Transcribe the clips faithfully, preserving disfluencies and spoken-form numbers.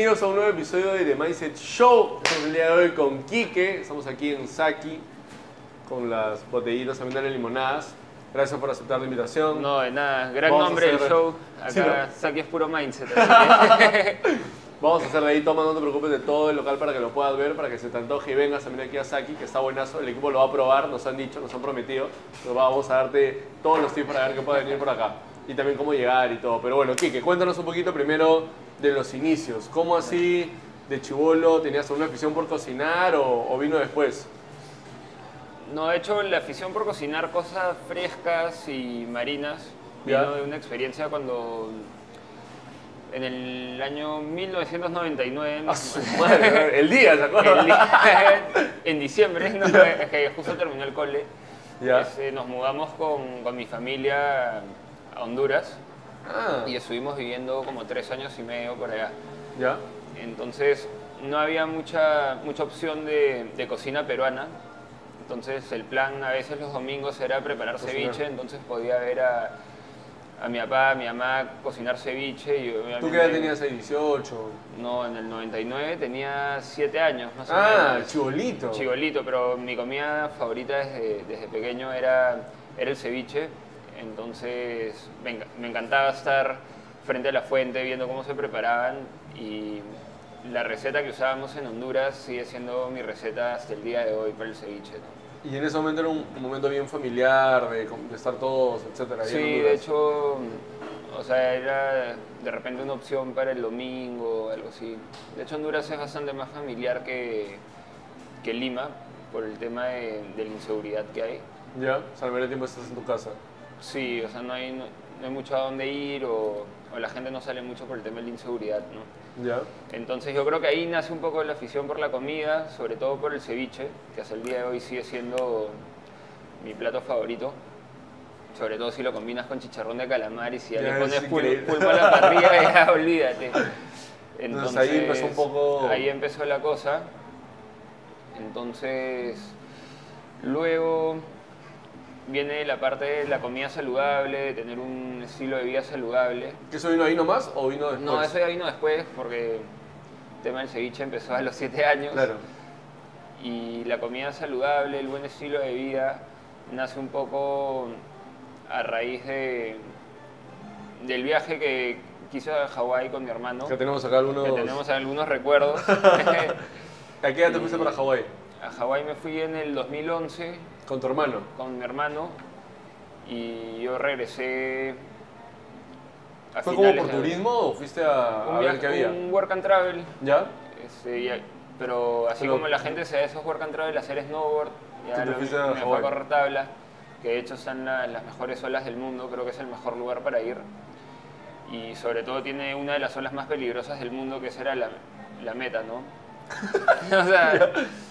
Bienvenidos a un nuevo episodio de The Mindset Show. Estamos el día de hoy con Quique. Estamos aquí en Saki con las botellitas también de limonadas. Gracias por aceptar la invitación. No, de nada. Gran Vamos nombre hacer... del show. Acá sí, ¿no? Saki es puro mindset. Así que... Vamos a hacer de ahí, toma, no te preocupes de todo el local para que lo puedas ver, para que se te antoje y vengas también aquí a Saki, que está buenazo. El equipo lo va a probar, nos han dicho, nos han prometido. Nos vamos a darte todos los tips para ver qué puede venir por acá. Y también cómo llegar y todo. Pero bueno, Quique, cuéntanos un poquito primero de los inicios. ¿Cómo así de chibolo tenías alguna afición por cocinar o, o vino después? No, de hecho, la afición por cocinar cosas frescas y marinas vino ¿Ya? de una experiencia cuando... En el año mil novecientos noventa y nueve, ¡A su madre! El día, ¿se acuerdan? el día- en diciembre, ¿no? Es que justo terminó el cole, Ya. este, nos mudamos con, con mi familia a Honduras Ah, y estuvimos viviendo como tres años y medio por allá. ya. Entonces no había mucha, mucha opción de, de cocina peruana. Entonces el plan a veces los domingos era preparar Cocinar. ceviche, entonces podía ver a, a mi papá, a mi mamá cocinar ceviche. Y obviamente, ¿Tú qué edad tenías ahí? ¿dieciocho? No, en el noventa y nueve tenía siete años más o Ah, menos. chibolito. Chibolito, pero mi comida favorita desde, desde pequeño era, era el ceviche. Entonces me, enc- me encantaba estar frente a la fuente viendo cómo se preparaban y la receta que usábamos en Honduras sigue siendo mi receta hasta el día de hoy para el ceviche, ¿no? Y en ese momento era un un momento bien familiar, de, de estar todos, etcétera. ahí en Sí, de Honduras. hecho, o sea, era de repente una opción para el domingo, algo así. De hecho, Honduras es bastante más familiar que, que Lima por el tema de, de la inseguridad que hay. Ya, o sea, la mayoría del tiempo estás en tu casa. Sí, o sea, no hay, no, no hay mucho a dónde ir o, o la gente no sale mucho por el tema de la inseguridad, ¿no? Ya. Entonces yo creo que ahí nace un poco la afición por la comida, sobre todo por el ceviche, que hasta el día de hoy sigue siendo mi plato favorito. Sobre todo si lo combinas con chicharrón de calamar y si ya, Ya, le es pones pul- increíble. pulpo a la parrilla, ya olvídate. Entonces, ahí empezó un poco- Ahí empezó la cosa. Entonces, luego viene la parte de la comida saludable, de tener un estilo de vida saludable. ¿Que eso vino ahí nomás o vino después? No, eso ya vino después porque el tema del ceviche empezó a los siete años. Claro. Y la comida saludable, el buen estilo de vida, nace un poco a raíz de, del viaje que quise a Hawái con mi hermano. Que tenemos acá algunos... Que tenemos algunos recuerdos. ¿A qué edad te fuiste Y- para Hawái? A Hawái me fui en el dos mil once Con tu hermano. con mi hermano y yo regresé a ¿Fue como finales por de- turismo o fuiste a, Un a ver viaje, qué había? un work and travel. ¿Ya? Este, y- pero así Pero- como la gente se da esos work and travel, hacer snowboard, Tú ya te lo- fuiste a me fue a Hawái. correr tabla, que de hecho están la- las mejores olas del mundo, creo que es el mejor lugar para ir. Y sobre todo tiene una de las olas más peligrosas del mundo, que esa era la, la meta, ¿no? O sea,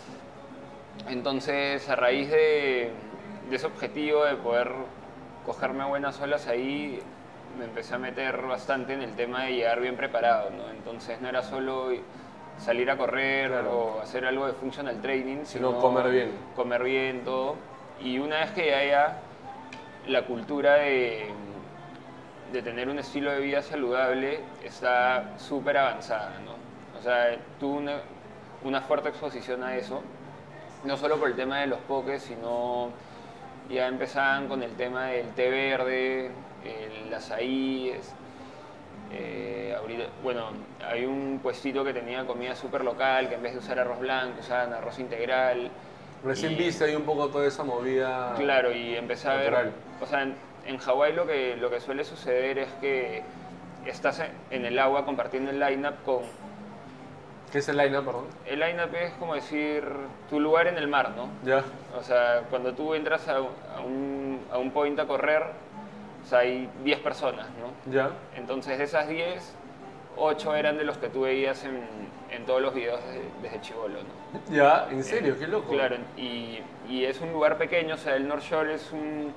entonces a raíz de, de ese objetivo de poder cogerme a buenas olas ahí, me empecé a meter bastante en el tema de llegar bien preparado, ¿no? Entonces no era solo salir a correr Claro. o hacer algo de functional training, Sino sino comer bien. Comer bien, todo. Y una vez que ya haya la cultura de, de tener un estilo de vida saludable está súper avanzada, ¿no? O sea, tuve una, una fuerte exposición a eso, no solo por el tema de los pokés, sino ya empezaban con el tema del té verde, el azaí, es- eh, ahorita- bueno, hay un puestito que tenía comida súper local, que en vez de usar arroz blanco usaban arroz integral. Recién Y- viste ahí un poco toda esa movida. Claro, y empecé a ver, Natural. o sea, en, en Hawái lo que, lo que suele suceder es que estás en- en el agua compartiendo el line-up con... ¿Qué es el line perdón? El line-up es como decir tu lugar en el mar, ¿no? Ya. O sea, cuando tú entras a, a un, a un point a correr, o sea, hay diez personas, ¿no? Ya. Entonces de esas diez, ocho eran de los que tú veías en, en todos los videos de- desde chibolo, ¿no? Ya, en serio, qué loco. Claro, y, y es un lugar pequeño, o sea, el North Shore es un...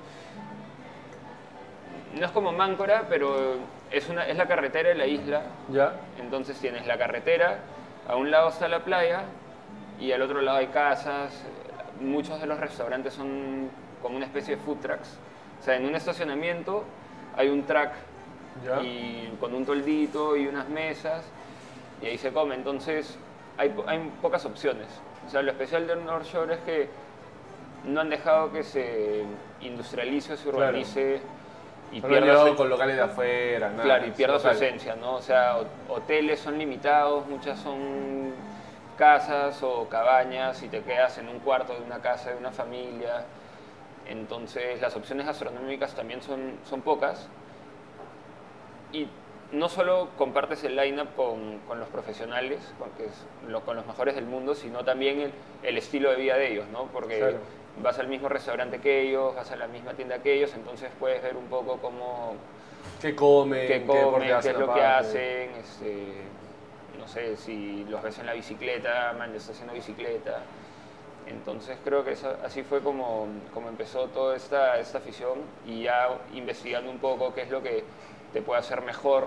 No es como Máncora, pero es, una, es la carretera de la isla. Ya. Entonces tienes la carretera, a un lado está la playa y al otro lado hay casas. Muchos de los restaurantes son como una especie de food trucks. O sea, en un estacionamiento hay un track Ya. y con un toldito y unas mesas y ahí se come. Entonces hay, hay pocas opciones. O sea, lo especial del North Shore es que no han dejado que se industrialice o se urbanice y No lo han pierda llevado su, con locales de afuera, nada. claro, y pierda su local. esencia, ¿no? O sea, ho- hoteles son limitados, muchas son casas o cabañas y te quedas en un cuarto de una casa de una familia. Entonces las opciones gastronómicas también son, son pocas. Y no solo compartes el line-up con, con los profesionales, porque es lo- con los mejores del mundo, sino también el, el estilo de vida de ellos, ¿no? Porque Claro. vas al mismo restaurante que ellos, vas a la misma tienda que ellos, entonces puedes ver un poco cómo, ¿Qué comen? qué deporte comen, qué hacen es lo que aparte? hacen, este, no sé, si los ves en la bicicleta, man, ya está haciendo bicicleta. Entonces creo que eso- así fue como, como empezó toda esta, esta afición y ya investigando un poco qué es lo que te puede hacer mejor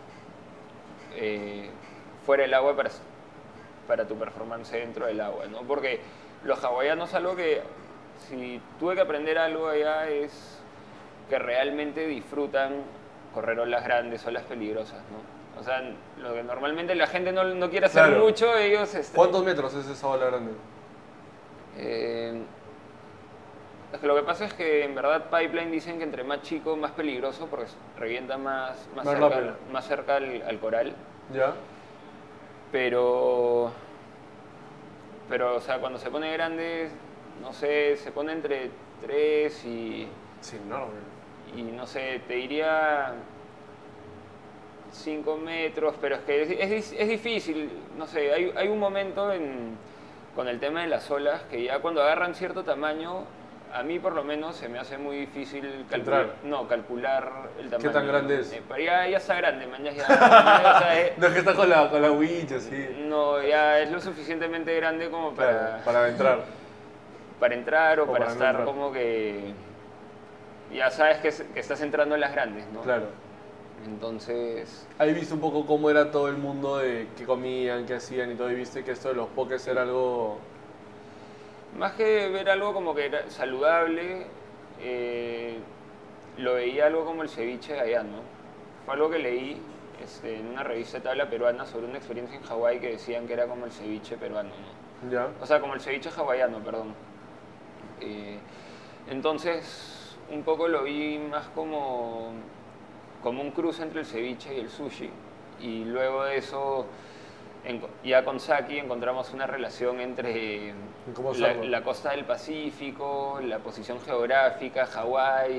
eh, fuera del agua para, para tu performance dentro del agua, ¿no? Porque los hawaianos, algo que si tuve que aprender algo allá es que realmente disfrutan correr olas grandes, olas peligrosas, ¿no? O sea, lo que normalmente la gente no, no quiere hacer Claro. mucho, ellos... este, ¿Cuántos metros es esa ola grande? Eh, es que lo que pasa es que en verdad Pipeline dicen que entre más chico, más peligroso, porque revienta más, más, Más cerca, rápido. al, más cerca al, al coral. ¿Ya? Pero, pero, o sea, cuando se pone grande, no sé, se pone entre tres y, Sí, enorme. y no sé, te diría cinco metros, pero es que es, es- es difícil, no sé, hay, hay un momento en, con el tema de las olas que ya cuando agarran cierto tamaño, a mí por lo menos se me hace muy difícil calcular, Entrar. no, calcular el tamaño. tan grande es? Eh, pero ya, ya está grande, man, ya, ya, ya, o sea, es- No es que está con la, con la winch, así. no, ya es lo suficientemente grande como para, Claro, para entrar. para entrar o, O para, para no estar entrar. como que ya sabes que, es- que estás entrando en las grandes, ¿no? Claro. Entonces, Ahí viste un poco cómo era todo el mundo de qué comían, qué hacían y todo, y viste que esto de los pokés era algo... más que ver algo como que era saludable, eh, lo veía algo como el ceviche de allá, ¿no? Fue algo que leí este, en una revista de tabla peruana sobre una experiencia en Hawái que decían que era como el ceviche peruano, ¿no? ¿Ya? O sea, como el ceviche hawaiano, perdón. Eh, entonces, un poco lo vi más como, como un cruce entre el ceviche y el sushi. Y luego de eso, en- ya con Saki encontramos una relación entre ¿Cómo la, hacerlo? la costa del Pacífico, la posición geográfica, Hawái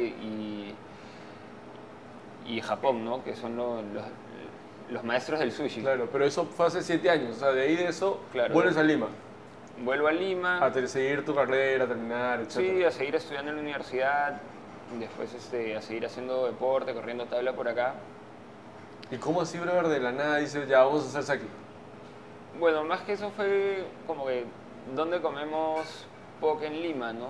y, y Japón, ¿no? Que son lo- los, los maestros del sushi. Claro, pero eso fue hace siete años, o sea, de ahí de eso Claro. vuelves a Lima, Vuelvo a Lima. a te- seguir tu carrera, a terminar, etcétera. Sí, a seguir estudiando en la universidad, después este, a seguir haciendo deporte, corriendo tabla por acá. ¿Y cómo así, brother, de la nada dices, ya, vamos a hacer Saki? Bueno, más que eso fue como que, ¿dónde comemos poke en Lima, no?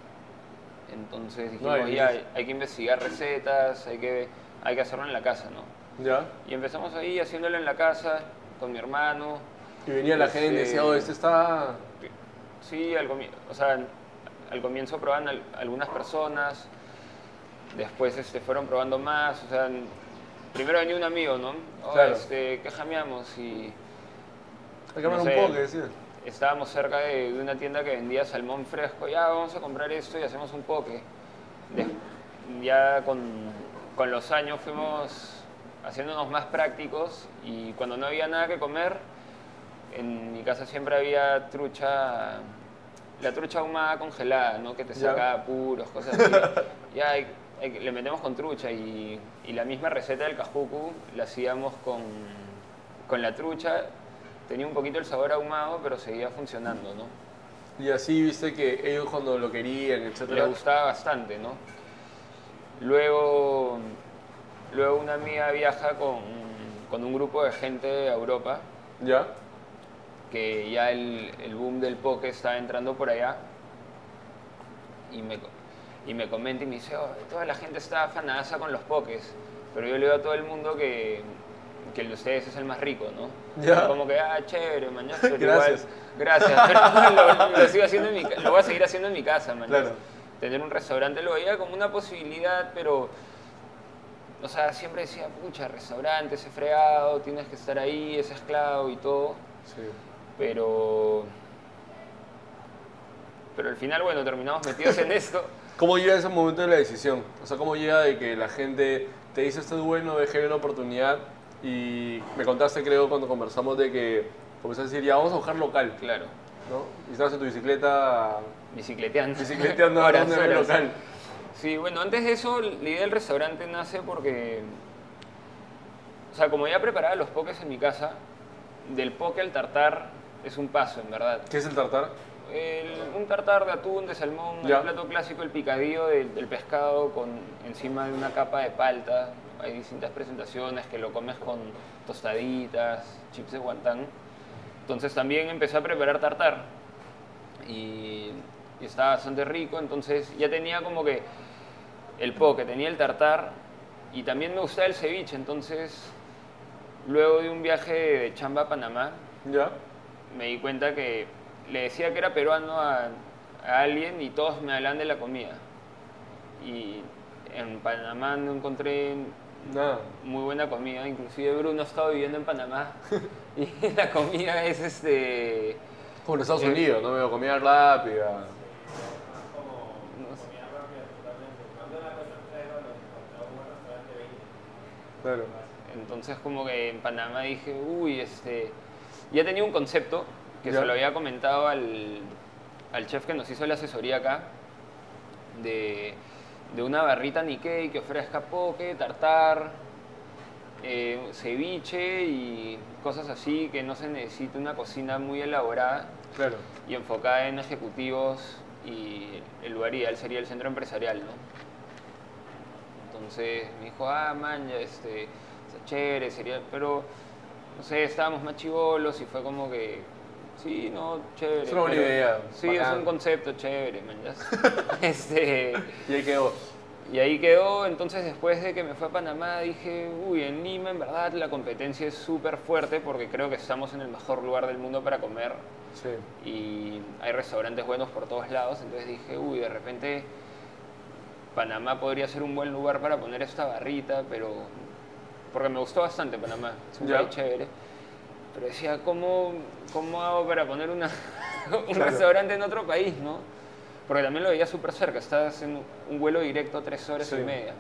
Entonces dijimos, hay ya, muchos. hay que investigar recetas, hay que, hay que hacerlo en la casa, ¿no? ¿Ya? Y empezamos ahí haciéndolo en la casa, con mi hermano. Y venía la gente y Este, decía, oh, este está... Sí, al, comi- o sea, al comienzo probaban al- algunas personas, después este, fueron probando más, o sea, n- primero venía un amigo, ¿no? Oh, Claro. este, ¿qué jameamos? Y Hay que no hablar sé, un poco, decía. estábamos cerca de, de una tienda que vendía salmón fresco, ya vamos a comprar esto y hacemos un poke. De- ya con, con los años fuimos haciéndonos más prácticos y cuando no había nada que comer, en mi casa siempre había trucha, la trucha ahumada congelada, ¿no? Que te Ya. saca puros, cosas así. Ya hay- hay- le metemos con trucha y, y la misma receta del cajucu la hacíamos con, con la trucha. Tenía un poquito el sabor ahumado, pero seguía funcionando, ¿no? Y así viste que ellos cuando lo querían, etcétera. Le gustaba bastante, ¿no? Luego, luego una amiga viaja con, con un grupo de gente a Europa, ¿Ya? que ya el, el boom del poke está entrando por allá, y me, co- y me comenta y me dice, "Oh, toda la gente está afanada con los pokés, pero yo le digo a todo el mundo que, que el de ustedes es el más rico, ¿no?" Ya. Y como que, ah, chévere, mañana, pero Gracias. igual, gracias, pero lo, lo sigo haciendo en mi, ca- lo voy a seguir haciendo en mi casa, mañana. Claro. Tener un restaurante lo veía como una posibilidad, pero o sea, siempre decía, pucha, restaurante, ese fregado, tienes que estar ahí, ese esclavo y todo. Sí. Pero... Pero al final, bueno, terminamos metidos en esto. ¿Cómo llega ese momento de la decisión? O sea, ¿cómo llega de que la gente te dice esto es bueno, déjame una oportunidad? Y me contaste, creo, cuando conversamos de que comenzaste a decir, ya, vamos a buscar local, Claro, ¿no? Y estabas en tu bicicleta, bicicleteando. bicicleteando a Horas, dónde horas. local. Sí, bueno, antes de eso, la idea del restaurante nace porque... O sea, como ya preparaba los pokés en mi casa, del poke al tartar es un paso, en verdad. ¿Qué es el tartar? El- un tartar de atún, de salmón, Ya. el plato clásico, el picadillo del, del pescado con encima de una capa de palta. Hay distintas presentaciones que lo comes con tostaditas, chips de guantán. Entonces también empecé a preparar tartar y, y estaba bastante rico. Entonces ya tenía como que el poke, tenía el tartar y también me gustaba el ceviche. Entonces luego de un viaje de chamba a Panamá ¿Ya? me di cuenta que le decía que era peruano a, a alguien y todos me hablaban de la comida. Y en Panamá no encontré Nada. muy buena comida, inclusive Bruno estaba viviendo en Panamá y la comida es este... Como en Estados Eh, Unidos, ¿no? Veo comida rápida. no sé. Claro. Entonces como que en Panamá dije, uy, este... Ya tenía un concepto que Ya. se lo había comentado al, al chef que nos hizo la asesoría acá, de, de una barrita Nikkei que ofrezca poke, tartar, eh, ceviche y cosas así, que no se necesite una cocina muy elaborada Claro. y enfocada en ejecutivos, y el lugar ideal sería el centro empresarial, ¿no? Entonces me dijo, ah, man, ya este, está chévere, sería, pero no sé, estábamos más chivolos y fue como que, sí, no, chévere. Es una buena pero- idea, Sí, es bacán. un concepto chévere, man, ya. este, Y ahí quedó. y ahí quedó. Entonces después de que me fue a Panamá dije, uy, en Lima en verdad la competencia es súper fuerte porque creo que estamos en el mejor lugar del mundo para comer Sí. y hay restaurantes buenos por todos lados. Entonces dije, uy, de repente Panamá podría ser un buen lugar para poner esta barrita, pero porque me gustó bastante Panamá, es un Ya. país chévere. Pero decía, ¿cómo, cómo hago para poner una, un Claro. restaurante en otro país, no? Porque también lo veía súper cerca, estás en un vuelo directo tres horas Sí. y media.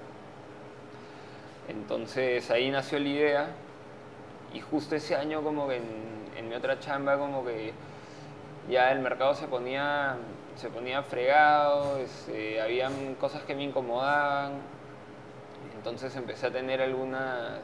Entonces ahí nació la idea y justo ese año como que en, en mi otra chamba como que ya el mercado se ponía, se ponía fregado, este, habían cosas que me incomodaban. Entonces empecé a tener algunas,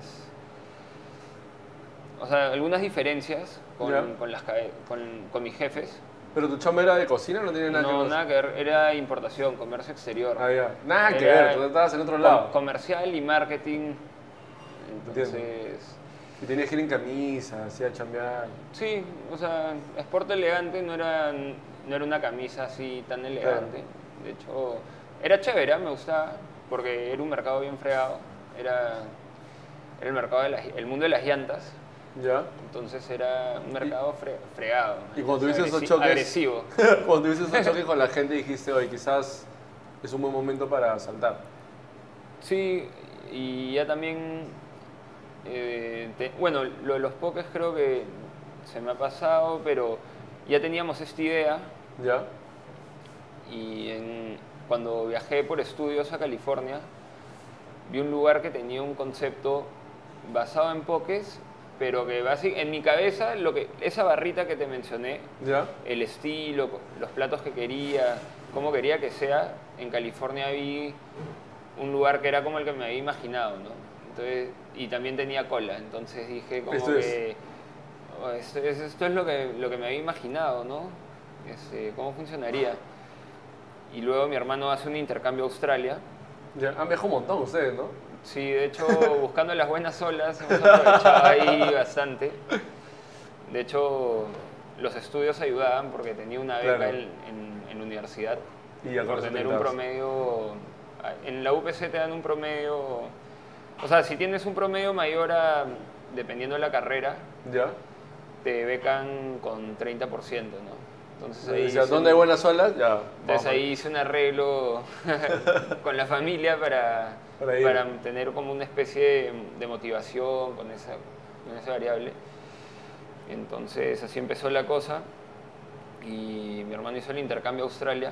o sea, algunas diferencias con, Ya. con, las, cabe- con, con mis jefes. ¿Pero tu chamba era de cocina o no tiene nada que No, ver? nada que ver, era importación, comercio exterior. Ah, ya. Nada que Era ver, tú estabas en otro com- lado. comercial y marketing. Entonces, Entiendo. Y tenías que ir en camisa, así a chambear. sí, o sea, sport elegante no era, no era una camisa así tan elegante. De hecho, era chévere, me gustaba, porque era un mercado bien fregado. Era, era el mercado de las- el mundo de las llantas. ¿Ya? Entonces era un mercado fre- fregado. Y cuando tuviste esos Agresi- choques- Agresivo. Cuando tuviste esos choques con la gente dijiste, oye, quizás es un buen momento para saltar. Sí, y ya también, eh, te- bueno, lo de los pokés creo que se me ha pasado, pero ya teníamos esta idea ¿Ya? y en- cuando viajé por estudios a California, vi un lugar que tenía un concepto basado en pokés, pero que basi- en mi cabeza, lo que, esa barrita que te mencioné, ¿Ya? el estilo, los platos que quería, cómo quería que sea, en California vi un lugar que era como el que me había imaginado, ¿no? Entonces, y también tenía cola, entonces dije como Esto es. que "Oh, esto, es, esto es lo que, lo que me había imaginado, ¿no? Este, ¿cómo funcionaría? Y luego mi hermano hace un intercambio a Australia. ¿Ya? Han viajado un montón ustedes, ¿no? Sí, de hecho, buscando las buenas olas, hemos aprovechado ahí bastante. De hecho, los estudios ayudaban porque tenía una beca Claro. en, en- en la universidad. Y ya con Por eso tener te un quedabas. promedio... En la U P C te dan un promedio... O sea, si tienes un promedio mayor a... Dependiendo de la carrera, ¿Ya? te becan con treinta por ciento, ¿no? Entonces ahí, Decía, hice ¿dónde hay un- buenas olas? Ya. entonces vamos. ahí hice un arreglo con la familia para, Para ir. para tener como una especie de, de motivación con esa, con esa variable. Entonces así empezó la cosa y mi hermano hizo el intercambio a Australia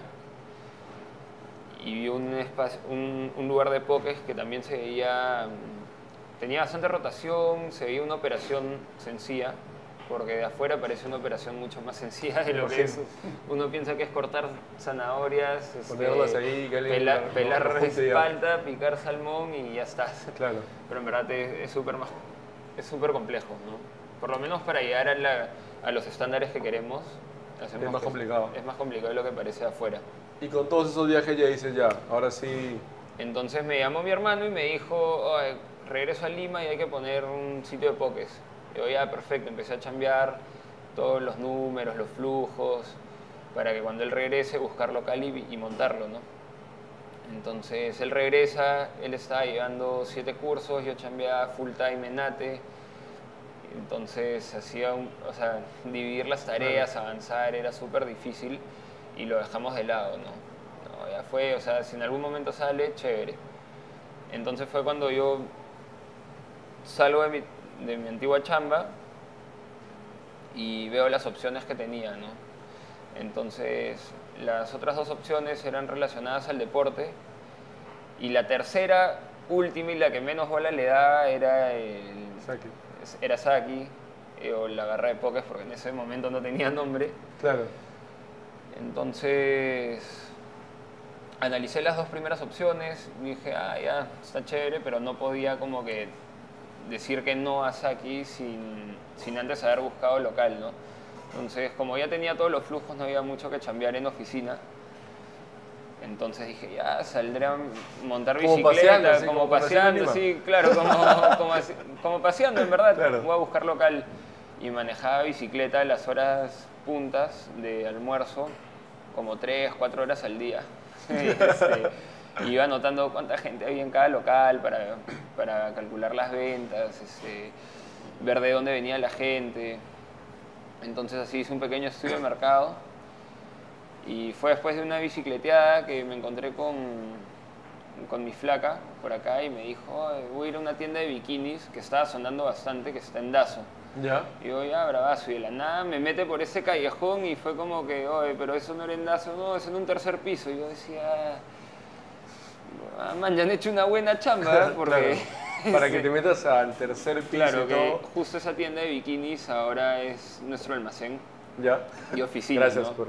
y vio un, espacio, un, un lugar de pokés que también se veía, tenía bastante rotación, se veía una operación sencilla, porque de afuera parece una operación mucho más sencilla de lo que es. Uno piensa que es cortar zanahorias, ponerlas este, ahí, que alguien pela, no- pelar no junte ya. espalda, picar salmón y ya está. Claro. Pero en verdad es es súper más- es súper complejo, ¿no? Por lo menos para llegar a, la- a los estándares que queremos. hacemos Es más que- complicado. Es más complicado de lo que parece de afuera. Y con todos esos viajes ya dices, ya, ahora sí. Entonces me llamó mi hermano y me dijo, "Ay, regreso a Lima y hay que poner un sitio de pokés". Y yo, ya, perfecto, empecé a chambear todos los números, los flujos, para que cuando él regrese buscar local y, y montarlo, ¿no? Entonces él regresa, él estaba llevando siete cursos, yo chambeaba full time en ATE, entonces hacía, un- o sea, dividir las tareas, avanzar, era súper difícil y lo dejamos de lado, ¿no? No, ya fue, o sea, si en algún momento sale, chévere. Entonces fue cuando yo salgo de mi, de mi antigua chamba y veo las opciones que tenía, ¿no? Entonces, las otras dos opciones eran relacionadas al deporte y la tercera, última y la que menos bola le daba era el, Saki. era Saki, eh, o la garra de pokés, porque en ese momento no tenía nombre. Claro. Entonces, analicé las dos primeras opciones, dije, ah, ya, está chévere, pero no podía como que decir que no a Saki sin, sin antes haber buscado local, ¿no? Entonces, como ya tenía todos los flujos, no había mucho que chambear en oficina. Entonces dije, ya, saldré a montar Como bicicleta, paseando, sí, como como paseando paseando, en sí, claro, como, como, así- como paseando, en verdad. Claro. Voy a buscar local. Y manejaba bicicleta a las horas puntas de almuerzo, como tres, cuatro horas al día. Este, y iba anotando cuánta gente había en cada local para, para calcular las ventas, este, ver de dónde venía la gente. Entonces así hice un pequeño estudio de mercado y fue después de una bicicleteada que me encontré con, con mi flaca por acá y me dijo, "Ay, voy a ir a una tienda de bikinis que estaba sonando bastante, que está en Dazo". Ya. Y yo, ya, bravazo, y de la nada me mete por ese callejón y fue como que, oye, pero eso no era en Dazo, no, es en un tercer piso. Y yo decía, ah, man, ya han hecho una buena chamba, ¿eh? Porque... Claro. Para que te metas al tercer piso Claro, y que todo. justo esa tienda de bikinis ahora es nuestro almacén Ya. y oficina, Gracias ¿no? por.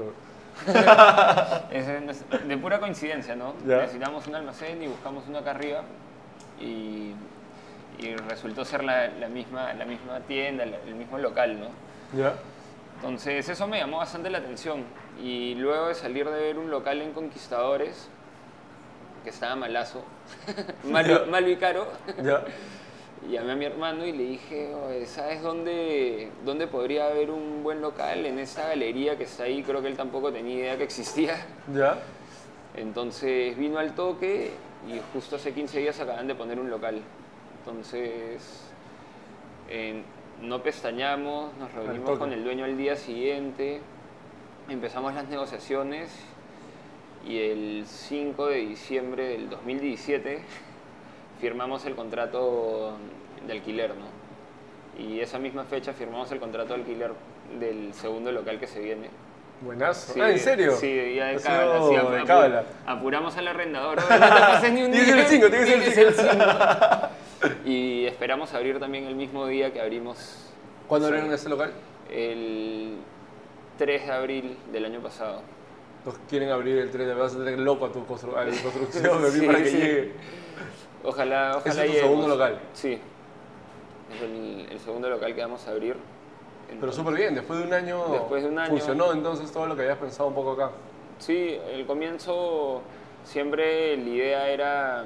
Es de de pura coincidencia, ¿no? Ya. Necesitamos un almacén y buscamos uno acá arriba y, y resultó ser la, la misma, la misma tienda, la- el mismo local, ¿no? Ya. Entonces eso me llamó bastante la atención y luego de salir de ver un local en Conquistadores que estaba malazo, malo, Ya. malo y caro, Ya. llamé a mi hermano y le dije, "Oye, ¿sabes dónde, dónde podría haber un buen local? En esa galería que está ahí", creo que él tampoco tenía idea que existía. Ya. Entonces vino al toque y justo hace quince días acaban de poner un local. Entonces eh, no pestañamos, nos reunimos toque. con el dueño al día siguiente, empezamos las negociaciones y el cinco de diciembre del dos mil diecisiete firmamos el contrato de alquiler, ¿no? Y esa misma fecha firmamos el contrato de alquiler del segundo local que se viene. Buenazo. Sí, ah, ¿en serio? Sí, ya de Ha cábala. sido Sí, de apu- cábala. apuramos al arrendador. "Oye, no te pases ni un Tiene que día. ser el cinco, tiene que ser el cinco". Y esperamos abrir también el mismo día que abrimos ¿Cuándo Sí. abrieron ese local? el tres de abril del año pasado. Los quieren abrir el tres de vas a tener loco a tu constru- a la construcción, a mí Sí, para que sí. llegue. Ojalá, ojalá ¿Ese es tu lleguemos. segundo local? Sí. Es el, el segundo local que vamos a abrir. Pero Entonces, súper bien, después de un año. Después de un año. Funcionó entonces todo lo que habías pensado un poco acá. Sí, el comienzo siempre la idea era,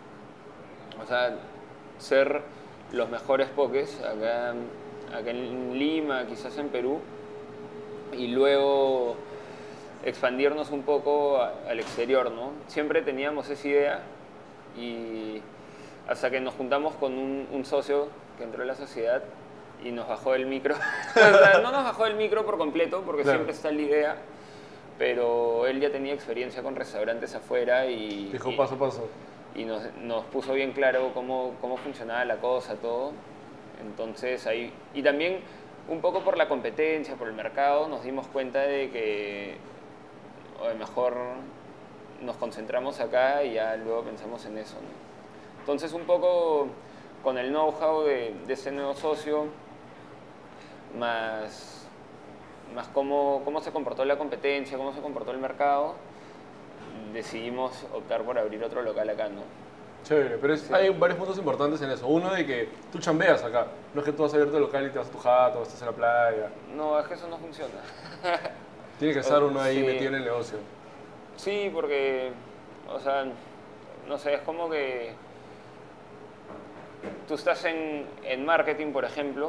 o sea, ser los mejores pokés acá, acá en Lima, quizás en Perú, y luego expandirnos un poco a- al exterior, ¿no? Siempre teníamos esa idea y hasta que nos juntamos con un, un socio que entró en la sociedad y nos bajó el micro. O sea, no nos bajó el micro por completo porque Claro. siempre está la idea, pero él ya tenía experiencia con restaurantes afuera y, Dijo y, paso a paso. y nos, nos puso bien claro cómo, cómo funcionaba la cosa, todo. Entonces ahí, y también un poco por la competencia, por el mercado, nos dimos cuenta de que o de mejor nos concentramos acá y ya luego pensamos en eso, ¿no? Entonces un poco con el know-how de, de ese nuevo socio, más, más cómo, cómo se comportó la competencia, cómo se comportó el mercado, decidimos optar por abrir otro local acá, ¿no? Chévere, pero es, Sí. hay varios puntos importantes en eso. Uno de que tú chambeas acá, no es que tú vas a abrir tu local y te vas a tu jato, estás en la playa. No, es que eso no funciona. Tiene que estar uno ahí Sí. metido en el negocio. Sí, porque, o sea, no sé, es como que tú estás en, en marketing, por ejemplo,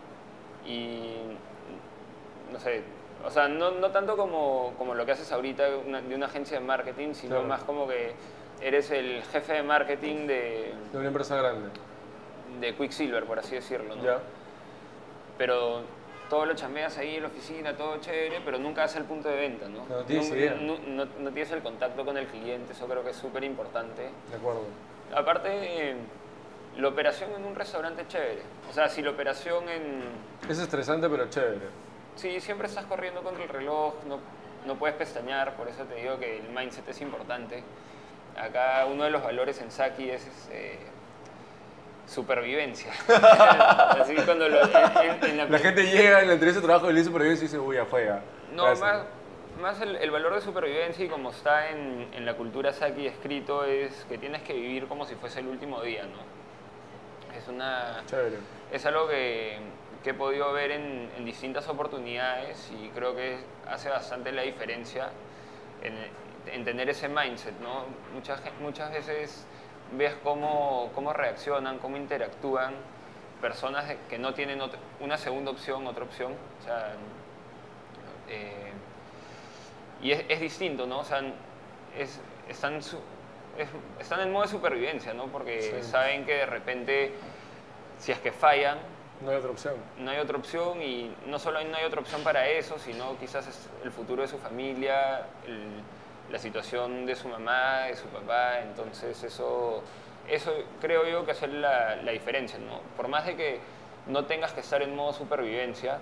y, no sé, o sea, no, no tanto como, como lo que haces ahorita una- de una agencia de marketing, sino Claro. más como que eres el jefe de marketing de, De una empresa grande. de Quicksilver, por así decirlo, ¿no? Ya. Pero todo lo chambeas ahí en la oficina, todo chévere, pero nunca vas al punto de venta, ¿no? No tienes Nunca- idea. No, no- no tienes el contacto con el cliente, eso creo que es súper importante. De acuerdo. Aparte, eh, la operación en un restaurante es chévere. O sea, si la operación en... Es estresante, pero chévere. Sí, siempre estás corriendo contra el reloj, no, no puedes pestañear, por eso te digo que el mindset es importante. Acá uno de los valores en Saki es eh, supervivencia. Así que cuando lo, en, en la, La gente llega en la entrevista de trabajo y le dice supervivencia y dice, uy, ya fue ya. No, Gracias. más, más el, el valor de supervivencia y como está en, en la cultura Saki escrito es que tienes que vivir como si fuese el último día, ¿no? Es una... Chévere. Es algo que, que he podido ver en, en distintas oportunidades y creo que hace bastante la diferencia en, en tener ese mindset, ¿no? Muchas, gen- muchas veces ves cómo, cómo reaccionan, cómo interactúan personas de- que no tienen otra- una segunda opción, otra opción. O sea, eh, y es, es distinto, ¿no? O sea, es, están, su- es- están en modo de supervivencia, ¿no? Porque Sí. saben que de repente, si es que fallan, No hay otra opción. no hay otra opción y no solo no hay otra opción para eso, sino quizás es el futuro de su familia, el- la situación de su mamá, de su papá, entonces eso, eso creo yo que hace la, la diferencia, ¿no? Por más de que no tengas que estar en modo supervivencia,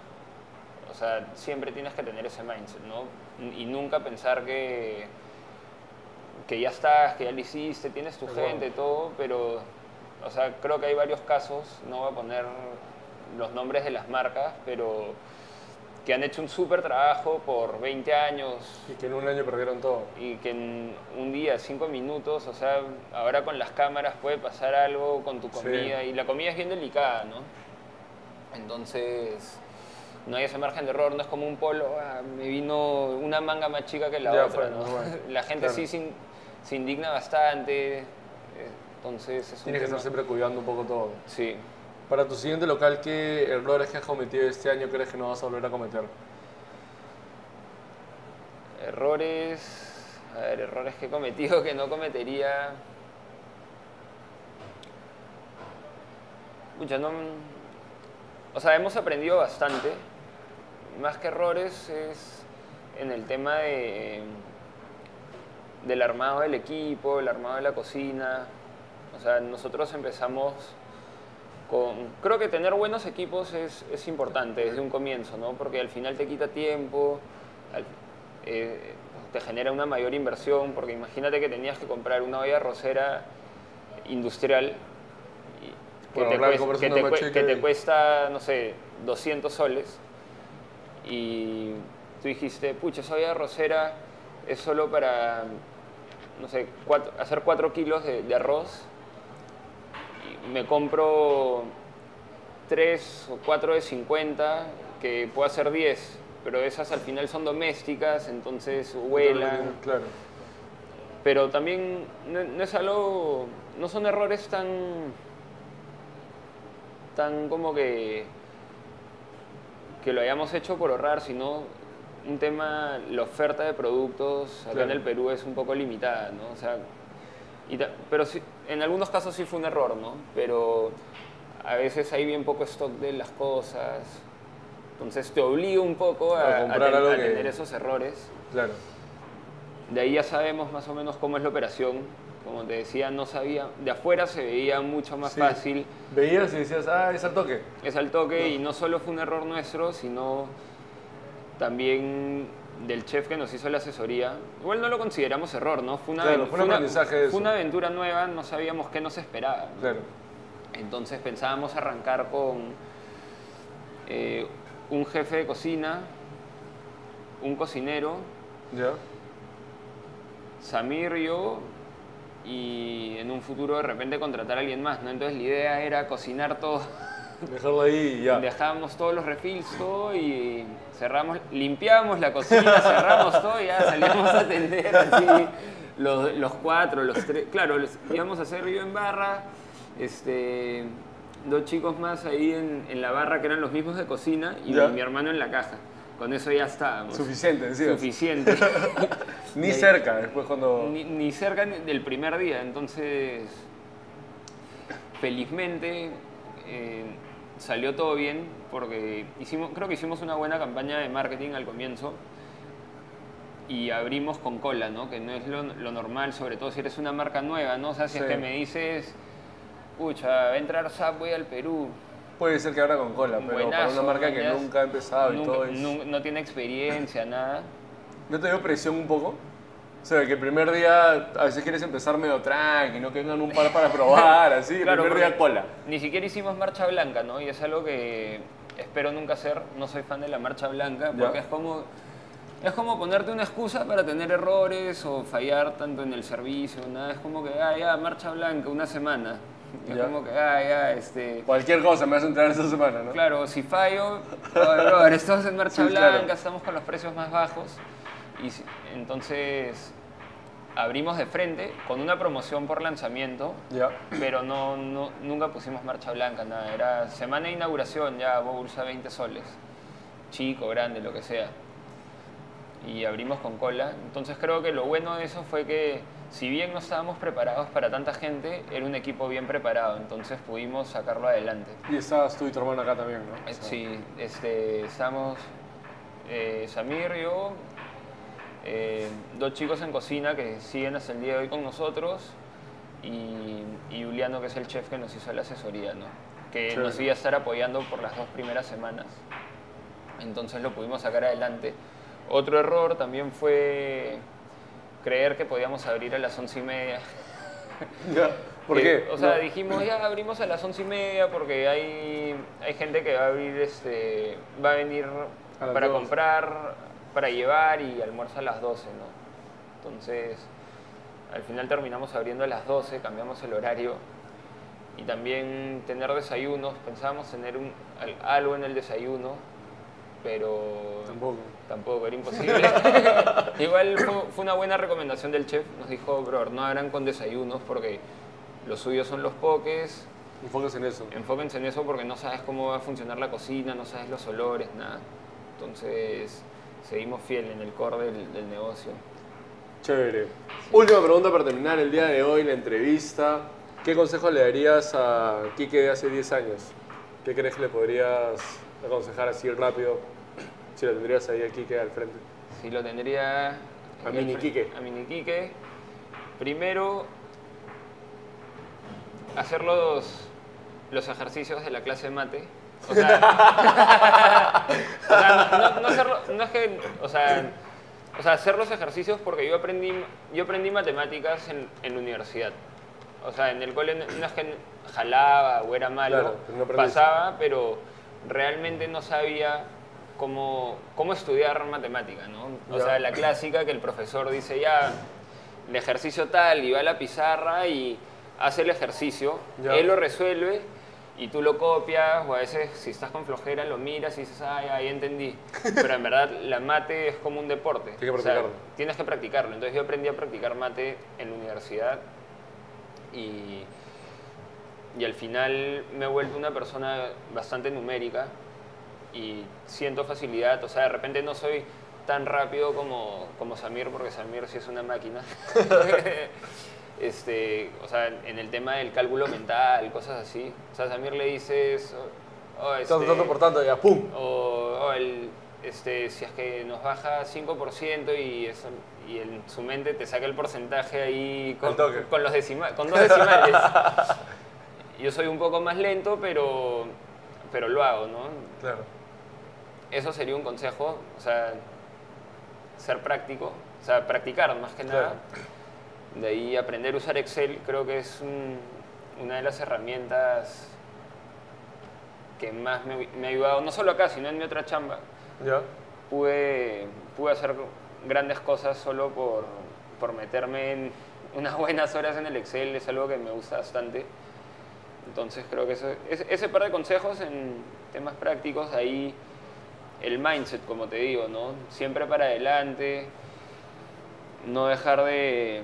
o sea, siempre tienes que tener ese mindset, ¿no? Y nunca pensar que, que ya estás, que ya lo hiciste, tienes tu De gente, todo, pero, o sea, creo que hay varios casos, no voy a poner los nombres de las marcas, pero que han hecho un súper trabajo por veinte años Y que en un año perdieron todo. y que en un día, cinco minutos, o sea, ahora con las cámaras puede pasar algo con tu Sí. comida y la comida es bien delicada, ¿no? Entonces, no hay ese margen de error, no es como un polo, ah, me vino una manga más chica que la Ya otra, fue, ¿no? bueno, La gente claro. sí se, se indigna bastante, eh, entonces es un Tienes que tema- estar siempre cuidando un poco todo. Sí. Para tu siguiente local, ¿qué errores que has cometido este año crees que no vas a volver a cometer? Errores, a ver, errores que he cometido que no cometería. Pucha, no. O sea, hemos aprendido bastante. Más que errores es en el tema de del armado del equipo, el armado de la cocina. O sea, nosotros empezamos con... Creo que tener buenos equipos es, es importante desde un comienzo, ¿no? Porque al final te quita tiempo, al- eh, te genera una mayor inversión, porque imagínate que tenías que comprar una olla arrocera industrial y- que, Bueno, te, claro, cuesta, compras que, una te, más cue- chica que te y- cuesta, no sé, doscientos soles y tú dijiste, pucha, esa olla arrocera es solo para, no sé, cuatro- hacer cuatro kilos de, de arroz. Y me compro tres o cuatro de cincuenta, que puedo hacer diez, pero esas al final son domésticas, entonces vuelan. Claro. Pero también no, no es algo, no son errores tan, tan como que, que lo hayamos hecho por ahorrar, sino un tema, la oferta de productos acá Claro. en el Perú es un poco limitada, ¿no? O sea, y ta- pero sí, en algunos casos sí fue un error, ¿no? Pero a veces hay bien poco stock de las cosas, entonces te obliga un poco a, A a comprar ten- algo a que- tener esos errores. Claro. De ahí ya sabemos más o menos cómo es la operación, como te decía, no sabía, de afuera se veía mucho más Sí. fácil. Veías y decías, ah, es al toque. Es al toque y no solo fue un error nuestro, sino también del chef que nos hizo la asesoría. Igual no lo consideramos error, ¿no? Fue una, Claro, fue un aprendizaje de fue eso. una aventura nueva, no sabíamos qué nos esperaba, ¿no? Claro. Entonces pensábamos arrancar con eh, un jefe de cocina, un cocinero, ¿Ya? Samir, yo, y en un futuro de repente contratar a alguien más, ¿no? Entonces la idea era cocinar todo. Dejarlo ahí y ya. Dejábamos todos los refills, todo, y cerramos, limpiábamos la cocina, cerramos todo y ya salíamos a atender así los, los cuatro, los tres. Claro, los, íbamos a hacer yo en barra, este, dos chicos más ahí en, en la barra que eran los mismos de cocina y Ya. mi hermano en la caja. Con eso ya estábamos. Suficiente, decías. Suficiente. Ni Y ahí- cerca, después cuando... Ni, ni cerca ni- del primer día, entonces felizmente eh, salió todo bien porque hicimos, creo que hicimos una buena campaña de marketing al comienzo y abrimos con cola, ¿no? Que no es lo, lo normal, sobre todo si eres una marca nueva, ¿no? O sea, si es Sí. que me dices, pucha, va a entrar Subway al Perú. Puede ser que ahora con cola, pero para Buenazo, una marca que mañas. nunca ha empezado y Nunca- todo es... nu- no tiene experiencia, nada. ¿No te dio presión un poco? O sea, que el primer día a veces quieres empezar medio tranqui, no que vengan un par para probar, así, el Claro, primer día porque cola. Ni siquiera hicimos marcha blanca, ¿no? Y es algo que espero nunca hacer. No soy fan de la marcha blanca porque Ya. es como, es como ponerte una excusa para tener errores o fallar tanto en el servicio, nada. Es como que, ah, ya, marcha blanca, una semana. Es Ya. como que, ah, ya, este... Cualquier cosa me vas a entrar esta semana, ¿no? Claro, si fallo, oh, brother, estamos en marcha Sí, blanca, claro. estamos con los precios más bajos. Y si- entonces abrimos de frente con una promoción por lanzamiento, Ya. pero no, no, nunca pusimos marcha blanca, nada. Era semana de inauguración, ya bolsa veinte soles. Chico, grande, lo que sea. Y abrimos con cola. Entonces creo que lo bueno de eso fue que, si bien no estábamos preparados para tanta gente, era un equipo bien preparado. Entonces pudimos sacarlo adelante. Y estabas tú y tu hermano acá también, ¿no? Eh, O sea, Sí, este, estamos eh, Samir, yo, eh, dos chicos en cocina que siguen hasta el día de hoy con nosotros y, y Juliano, que es el chef que nos hizo la asesoría, ¿no? Que Chévere. nos iba a estar apoyando por las dos primeras semanas. Entonces lo pudimos sacar adelante. Otro error también fue creer que podíamos abrir a las once y media. Ya. ¿Por Que, qué? O sea, No. dijimos, ya abrimos a las once y media porque hay, hay gente que va a abrir, este, va a venir A las para doce. comprar, para llevar y almuerza a las doce, ¿no? Entonces, al final terminamos abriendo a las doce, cambiamos el horario y también tener desayunos. Pensábamos tener un, al- algo en el desayuno, pero Tampoco. tampoco, era imposible. Igual fue, fue una buena recomendación del chef. Nos dijo, bro, no hagan con desayunos porque los suyos son los pokés. Enfóquense en eso. Enfóquense en eso porque no sabes cómo va a funcionar la cocina, no sabes los olores, nada. Entonces, seguimos fiel en el core del, del negocio. Chévere. Última pregunta para terminar el día de hoy, la entrevista. ¿Qué consejo le darías a Quique de hace diez años? ¿Qué crees que le podrías aconsejar así rápido? Si lo tendrías ahí a Quique al frente. Si lo tendría... A Mini Quique. A Mini Quique. Primero, hacer los, los ejercicios de la clase de mate. O sea, o sea, no, no- no hacerlo- no es que, o sea, o sea, hacer los ejercicios porque yo aprendí, yo aprendí matemáticas en, en la universidad. O sea, en el cole no no es que jalaba o era malo, Claro, pero no aprendiste. pasaba, pero realmente no sabía cómo, cómo estudiar matemática, ¿no? O Ya. sea, la clásica que el profesor dice ya, el ejercicio tal, y va a la pizarra y hace el ejercicio, Ya. él lo resuelve y tú lo copias, o a veces si estás con flojera lo miras y dices, ay, ahí entendí. Pero en verdad la mate es como un deporte. Tienes que O sea, practicarlo. tienes que practicarlo. Entonces yo aprendí a practicar mate en la universidad y, y al final me he vuelto una persona bastante numérica y siento facilidad. O sea, de repente no soy tan rápido como, como Samir, porque Samir sí es una máquina. Este, o sea, en el tema del cálculo mental, cosas así. O sea, a Samir le dices, oh, oh, este, Tanto, tanto por tanto, ya, ¡pum! o oh, el, este, si es que nos baja cinco por ciento y, eso, y en su mente te saca el porcentaje ahí con, con, los decima, con dos decimales. Yo soy un poco más lento, pero, pero lo hago, ¿no? Claro. Eso sería un consejo, o sea, ser práctico, o sea, practicar más que nada. Claro. De ahí aprender a usar Excel, creo que es un, una de las herramientas que más me, me ha ayudado, no solo acá, sino en mi otra chamba. ¿Ya? Pude, pude hacer grandes cosas solo por, por meterme en unas buenas horas en el Excel, es algo que me gusta bastante. Entonces creo que eso, ese, ese par de consejos en temas prácticos, ahí el mindset, como te digo, ¿no? Siempre para adelante, no dejar de...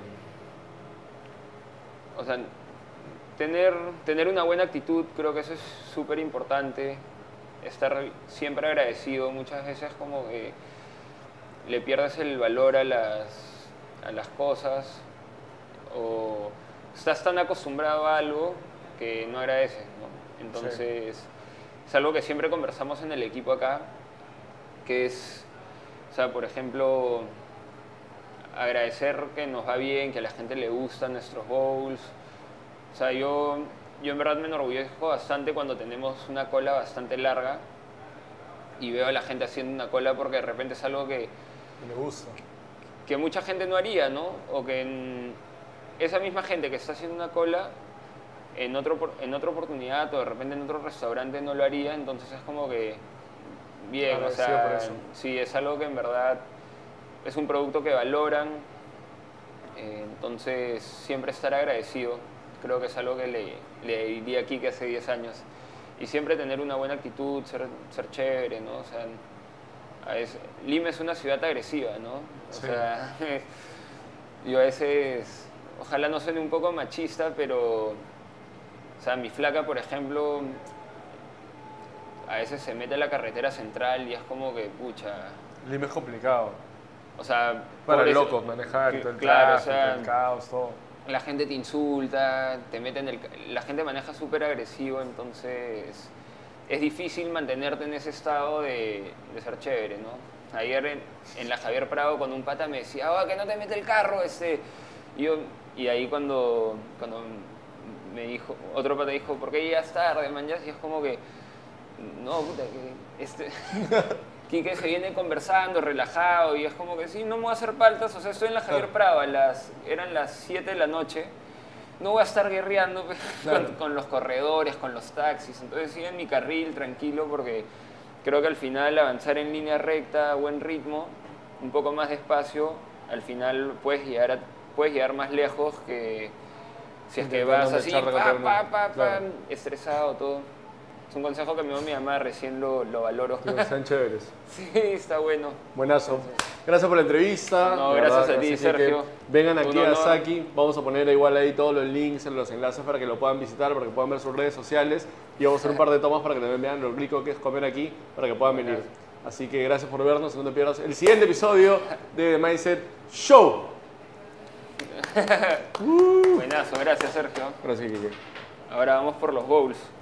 O sea, tener, tener una buena actitud, creo que eso es súper importante. Estar siempre agradecido. Muchas veces como que le pierdes el valor a las, a las cosas o estás tan acostumbrado a algo que no agradeces, ¿no? Entonces, sí. Es algo que siempre conversamos en el equipo acá, que es, o sea, por ejemplo, agradecer que nos va bien, que a la gente le gustan nuestros bowls. O sea, yo, yo en verdad me enorgullezco bastante cuando tenemos una cola bastante larga y veo a la gente haciendo una cola porque de repente es algo que... Me gusta. Que mucha gente no haría, ¿no? O que en esa misma gente que está haciendo una cola en, otro, en otra oportunidad o de repente en otro restaurante no lo haría, entonces es como que... Bien, o sea, por eso. Sí, es algo que en verdad... Es un producto que valoran, eh, entonces siempre estar agradecido, creo que es algo que le, le diría aquí que hace diez años. Y siempre tener una buena actitud, ser, ser chévere, ¿no? O sea, a veces, Lima es una ciudad agresiva, ¿no? O sí. sea, yo a veces, ojalá no suene un poco machista, pero, o sea, mi flaca, por ejemplo, a veces se mete a la carretera central y es como que, pucha... Lima es complicado. O sea, para locos manejar, todo el claro, tráfico, o sea, el caos, todo. La gente te insulta, te mete en el... La gente maneja súper agresivo, entonces es difícil mantenerte en ese estado de, de ser chévere, ¿no? Ayer en, en la Javier Prado con un pata me decía, ah, que no te mete el carro, este... Y, yo, y ahí cuando, cuando me dijo, otro pata dijo, ¿por qué llegas tarde, man? Y es como que, no, puta, que este... Quique se viene conversando, relajado, y es como que sí, no me voy a hacer paltas, o sea, estoy en la Javier Prado, a las, eran las siete de la noche, no voy a estar guerreando claro. con, con los corredores, con los taxis, entonces sigo en mi carril, tranquilo, porque creo que al final avanzar en línea recta, buen ritmo, un poco más despacio, al final puedes llegar, a, puedes llegar más lejos que si es que vas así, pa, pa, pa, pa, claro. estresado, todo. Es un consejo que me dio mi mamá, recién lo, lo valoro. Sí, están chéveres. Sí, está bueno. Buenazo. Entonces, gracias por la entrevista. No, gracias verdad, a ti, Sergio. Vengan aquí a Saki. Vamos a poner igual ahí todos los links, los enlaces para que lo puedan visitar, para que puedan ver sus redes sociales. Y vamos a hacer un par de tomas para que también vean lo rico que es comer aquí, para que puedan venir. Así que gracias por vernos. No te pierdas el siguiente episodio de The Mindset Show. uh. Buenazo, gracias, Sergio. Gracias, Kike. Ahora vamos por los bowls.